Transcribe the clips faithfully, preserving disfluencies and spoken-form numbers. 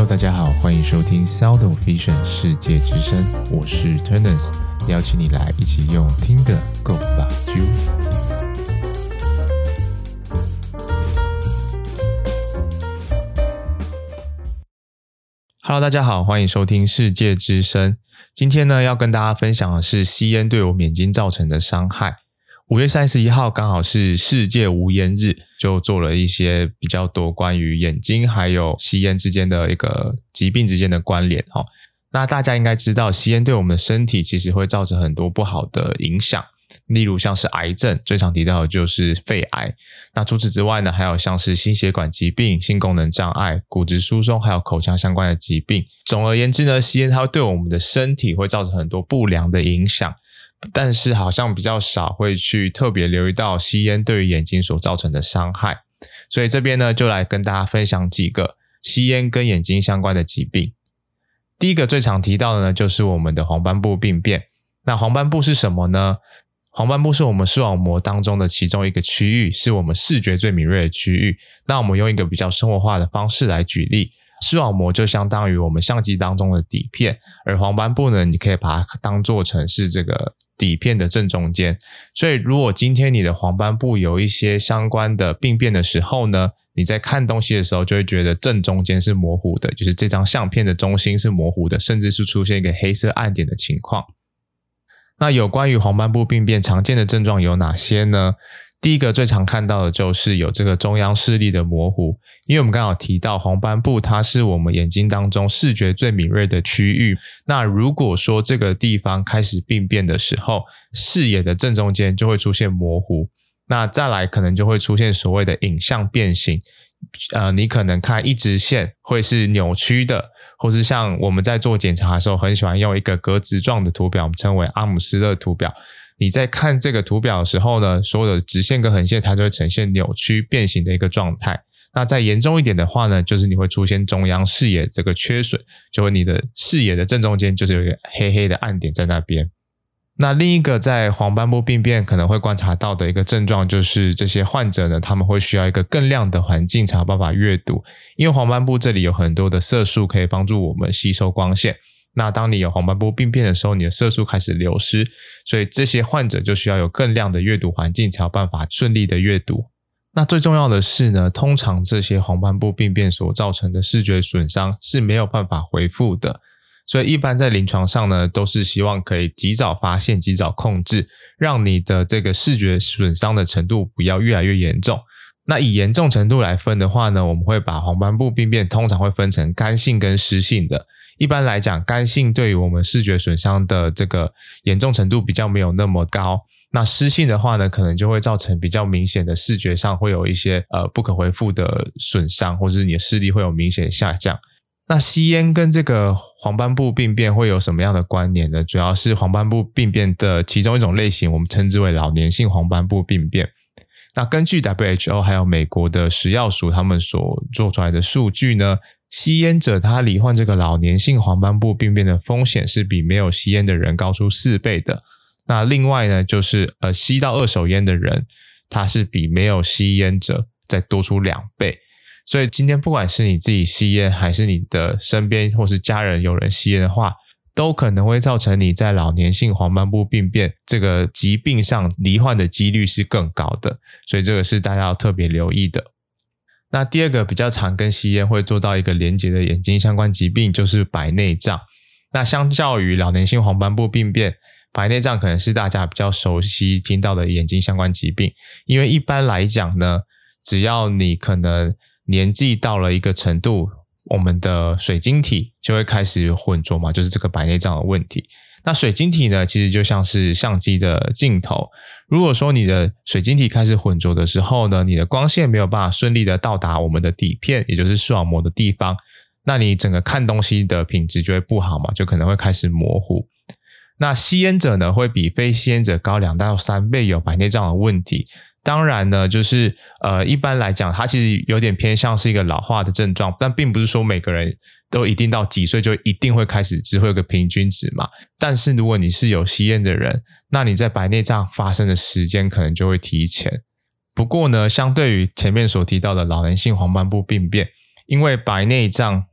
Hello， 大家好，欢迎收听 Sound of Vision 世界之声，我是 Turners， 邀请你来一起用听的 Go 吧啾。Hello， 大家好，欢迎收听世界之声。今天呢，要跟大家分享的是吸烟对我们眼睛造成的伤害。五月三十一号刚好是世界无烟日，就做了一些比较多关于眼睛还有吸烟之间的一个疾病之间的关联。那大家应该知道，吸烟对我们的身体其实会造成很多不好的影响，例如像是癌症，最常提到的就是肺癌。那除此之外呢，还有像是心血管疾病、性功能障碍、骨质疏松还有口腔相关的疾病。总而言之呢，吸烟它会对我们的身体会造成很多不良的影响，但是好像比较少会去特别留意到吸烟对于眼睛所造成的伤害。所以这边呢，就来跟大家分享几个吸烟跟眼睛相关的疾病。第一个最常提到的呢，就是我们的黄斑部病变。那黄斑部是什么呢？黄斑部是我们视网膜当中的其中一个区域，是我们视觉最敏锐的区域。那我们用一个比较生活化的方式来举例，视网膜就相当于我们相机当中的底片，而黄斑部呢，你可以把它当作成是这个底片的正中间。所以如果今天你的黄斑部有一些相关的病变的时候呢，你在看东西的时候就会觉得正中间是模糊的，就是这张相片的中心是模糊的，甚至是出现一个黑色暗点的情况。那有关于黄斑部病变常见的症状有哪些呢？第一个最常看到的就是有这个中央视力的模糊，因为我们刚好提到黄斑部它是我们眼睛当中视觉最敏锐的区域。那如果说这个地方开始病变的时候，视野的正中间就会出现模糊，那再来可能就会出现所谓的影像变形。呃，你可能看一直线会是扭曲的，或是像我们在做检查的时候很喜欢用一个格子状的图表，我们称为阿姆斯特图表。你在看这个图表的时候呢，所有的直线跟横线它就会呈现扭曲变形的一个状态。那再严重一点的话呢，就是你会出现中央视野这个缺损，就会你的视野的正中间就是有一个黑黑的暗点在那边。那另一个在黄斑部病变可能会观察到的一个症状，就是这些患者呢，他们会需要一个更亮的环境才有办法阅读，因为黄斑部这里有很多的色素可以帮助我们吸收光线。那当你有黄斑部病变的时候，你的色素开始流失，所以这些患者就需要有更亮的阅读环境才有办法顺利的阅读。那最重要的是呢，通常这些黄斑部病变所造成的视觉损伤是没有办法恢复的，所以一般在临床上呢，都是希望可以及早发现、及早控制，让你的这个视觉损伤的程度不要越来越严重。那以严重程度来分的话呢，我们会把黄斑部病变通常会分成干性跟湿性的。一般来讲，干性对于我们视觉损伤的这个严重程度比较没有那么高，那湿性的话呢，可能就会造成比较明显的视觉上会有一些呃不可恢复的损伤，或是你的视力会有明显的下降。那吸烟跟这个黄斑部病变会有什么样的关联呢？主要是黄斑部病变的其中一种类型，我们称之为老年性黄斑部病变。那根据 W H O 还有美国的食药署他们所做出来的数据呢，吸烟者他罹患这个老年性黄斑部病变的风险是比没有吸烟的人高出四倍的。那另外呢，就是呃吸到二手烟的人，他是比没有吸烟者再多出两倍。所以今天不管是你自己吸烟，还是你的身边或是家人有人吸烟的话，都可能会造成你在老年性黄斑部病变这个疾病上罹患的几率是更高的，所以这个是大家要特别留意的。那第二个比较常跟吸烟会做到一个连结的眼睛相关疾病，就是白内障。那相较于老年性黄斑部病变，白内障可能是大家比较熟悉听到的眼睛相关疾病。因为一般来讲呢，只要你可能年纪到了一个程度，我们的水晶体就会开始混浊嘛，就是这个白内障的问题。那水晶体呢，其实就像是相机的镜头，如果说你的水晶体开始混浊的时候呢，你的光线没有办法顺利的到达我们的底片，也就是视网膜的地方，那你整个看东西的品质就会不好嘛，就可能会开始模糊。那吸烟者呢，会比非吸烟者高两到三倍有白内障的问题。当然呢，就是呃，一般来讲，它其实有点偏向是一个老化的症状，但并不是说每个人都一定到几岁就一定会开始，只会有个平均值嘛。但是如果你是有吸烟的人，那你在白内障发生的时间可能就会提前。不过呢，相对于前面所提到的老年性黄斑部病变，因为白内障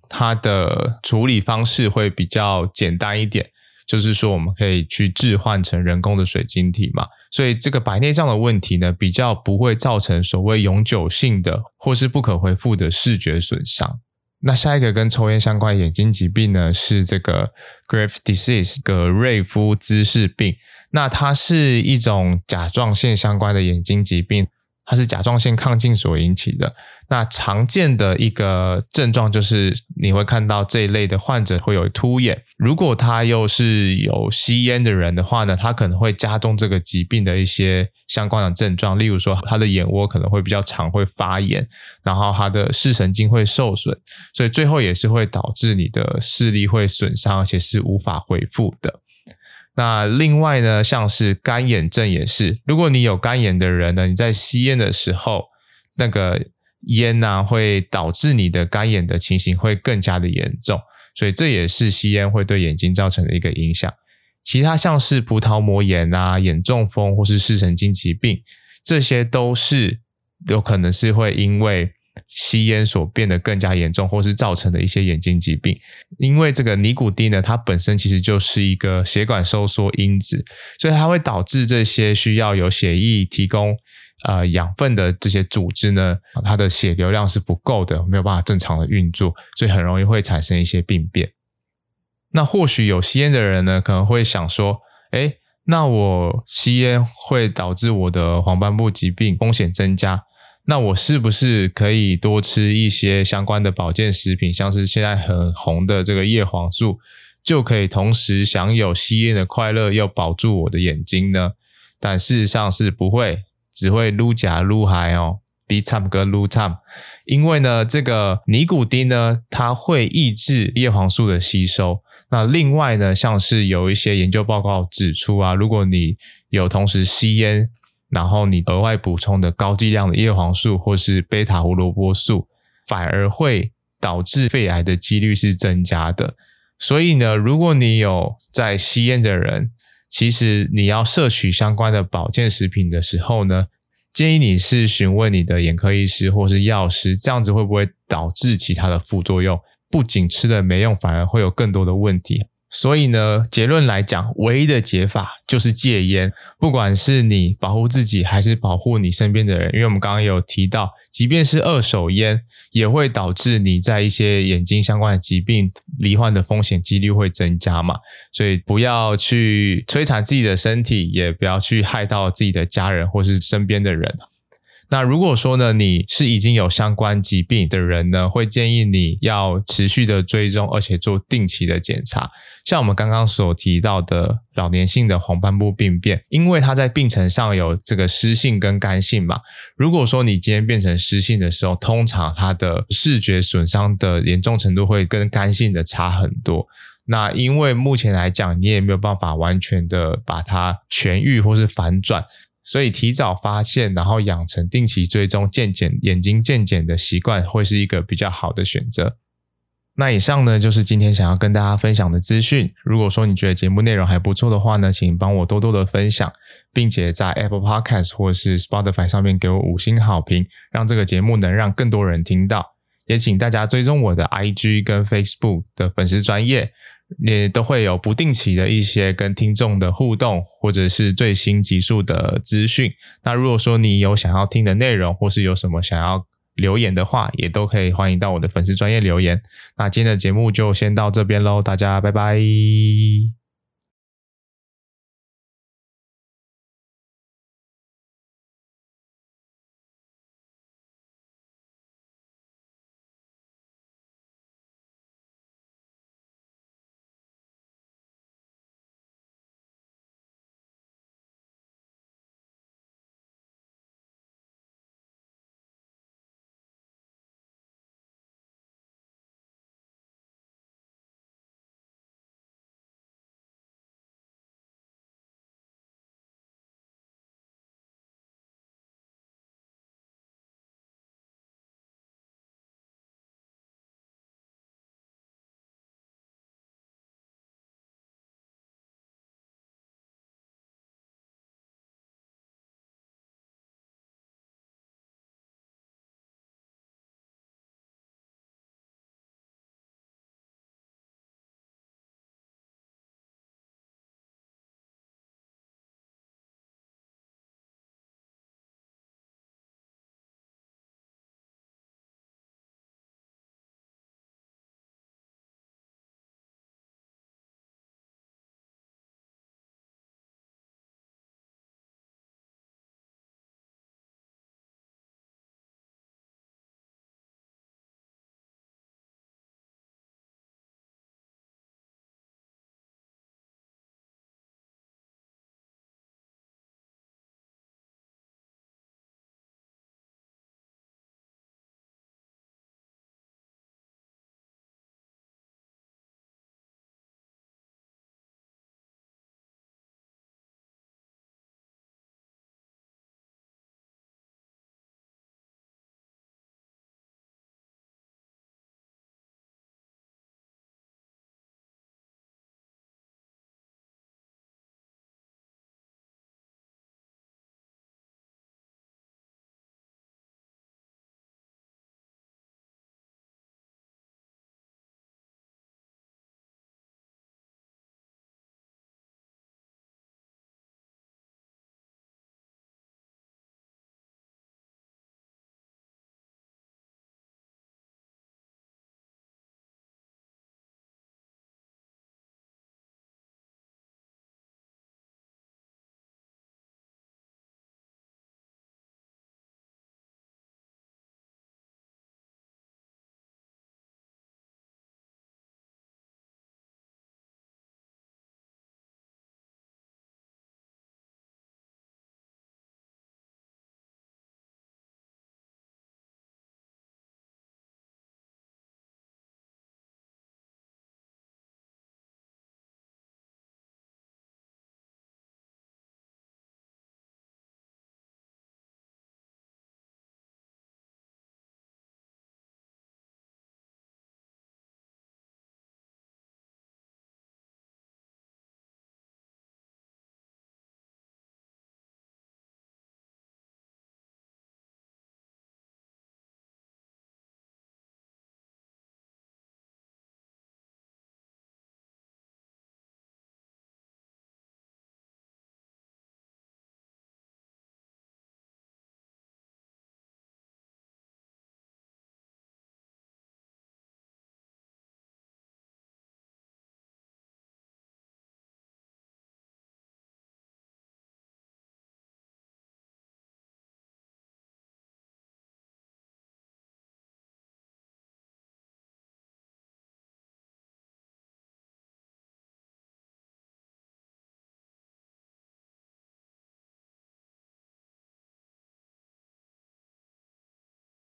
它的处理方式会比较简单一点，就是说我们可以去置换成人工的水晶体嘛，所以这个白内障的问题呢，比较不会造成所谓永久性的或是不可恢复的视觉损伤。那下一个跟抽烟相关的眼睛疾病呢，是这个 Graves disease 葛瑞夫兹氏病。那它是一种甲状腺相关的眼睛疾病，它是甲状腺亢进所引起的。那常见的一个症状就是你会看到这一类的患者会有凸眼，如果他又是有吸烟的人的话呢，他可能会加重这个疾病的一些相关的症状，例如说他的眼窝可能会比较长，会发炎，然后他的视神经会受损，所以最后也是会导致你的视力会损伤，而且是无法恢复的。那另外呢，像是干眼症也是，如果你有干眼的人呢，你在吸烟的时候，那个烟啊会导致你的干眼的情形会更加的严重，所以这也是吸烟会对眼睛造成的一个影响。其他像是葡萄膜炎啊、眼中风或是视神经疾病，这些都是有可能是会因为吸烟所变得更加严重，或是造成的一些眼睛疾病。因为这个尼古丁呢，它本身其实就是一个血管收缩因子，所以它会导致这些需要有血液提供呃养分的这些组织呢，它的血流量是不够的，没有办法正常的运作，所以很容易会产生一些病变。那或许有吸烟的人呢，可能会想说，诶，那我吸烟会导致我的黄斑部疾病风险增加，那我是不是可以多吃一些相关的保健食品，像是现在很红的这个叶黄素，就可以同时享有吸烟的快乐，又保住我的眼睛呢？但事实上是不会，只会愈吃愈害哦，比惨跟愈惨。因为呢，这个尼古丁呢，它会抑制叶黄素的吸收。那另外呢，像是有一些研究报告指出啊，如果你有同时吸烟，然后你额外补充的高剂量的叶黄素或是贝塔胡萝卜素，反而会导致肺癌的几率是增加的。所以呢，如果你有在吸烟的人，其实你要摄取相关的保健食品的时候呢，建议你是询问你的眼科医师或是药师，这样子会不会导致其他的副作用？不仅吃了没用，反而会有更多的问题。所以呢，结论来讲，唯一的解法就是戒烟，不管是你保护自己还是保护你身边的人。因为我们刚刚有提到，即便是二手烟也会导致你在一些眼睛相关的疾病罹患的风险几率会增加嘛，所以不要去摧残自己的身体，也不要去害到自己的家人或是身边的人。那如果说呢，你是已经有相关疾病的人呢，会建议你要持续的追踪，而且做定期的检查。像我们刚刚所提到的老年性的黄斑部病变，因为它在病程上有这个湿性跟干性嘛，如果说你今天变成湿性的时候，通常它的视觉损伤的严重程度会跟干性的差很多。那因为目前来讲，你也没有办法完全的把它痊愈或是反转，所以提早发现，然后养成定期追踪健检眼睛健检的习惯，会是一个比较好的选择。那以上呢，就是今天想要跟大家分享的资讯。如果说你觉得节目内容还不错的话呢，请帮我多多的分享，并且在 Apple Podcast 或是 Spotify 上面给我五星好评，让这个节目能让更多人听到。也请大家追踪我的 I G 跟 Facebook 的粉丝专页，也都会有不定期的一些跟听众的互动，或者是最新集数的资讯。那如果说你有想要听的内容，或是有什么想要留言的话，也都可以欢迎到我的粉丝专页留言。那今天的节目就先到这边咯，大家拜拜。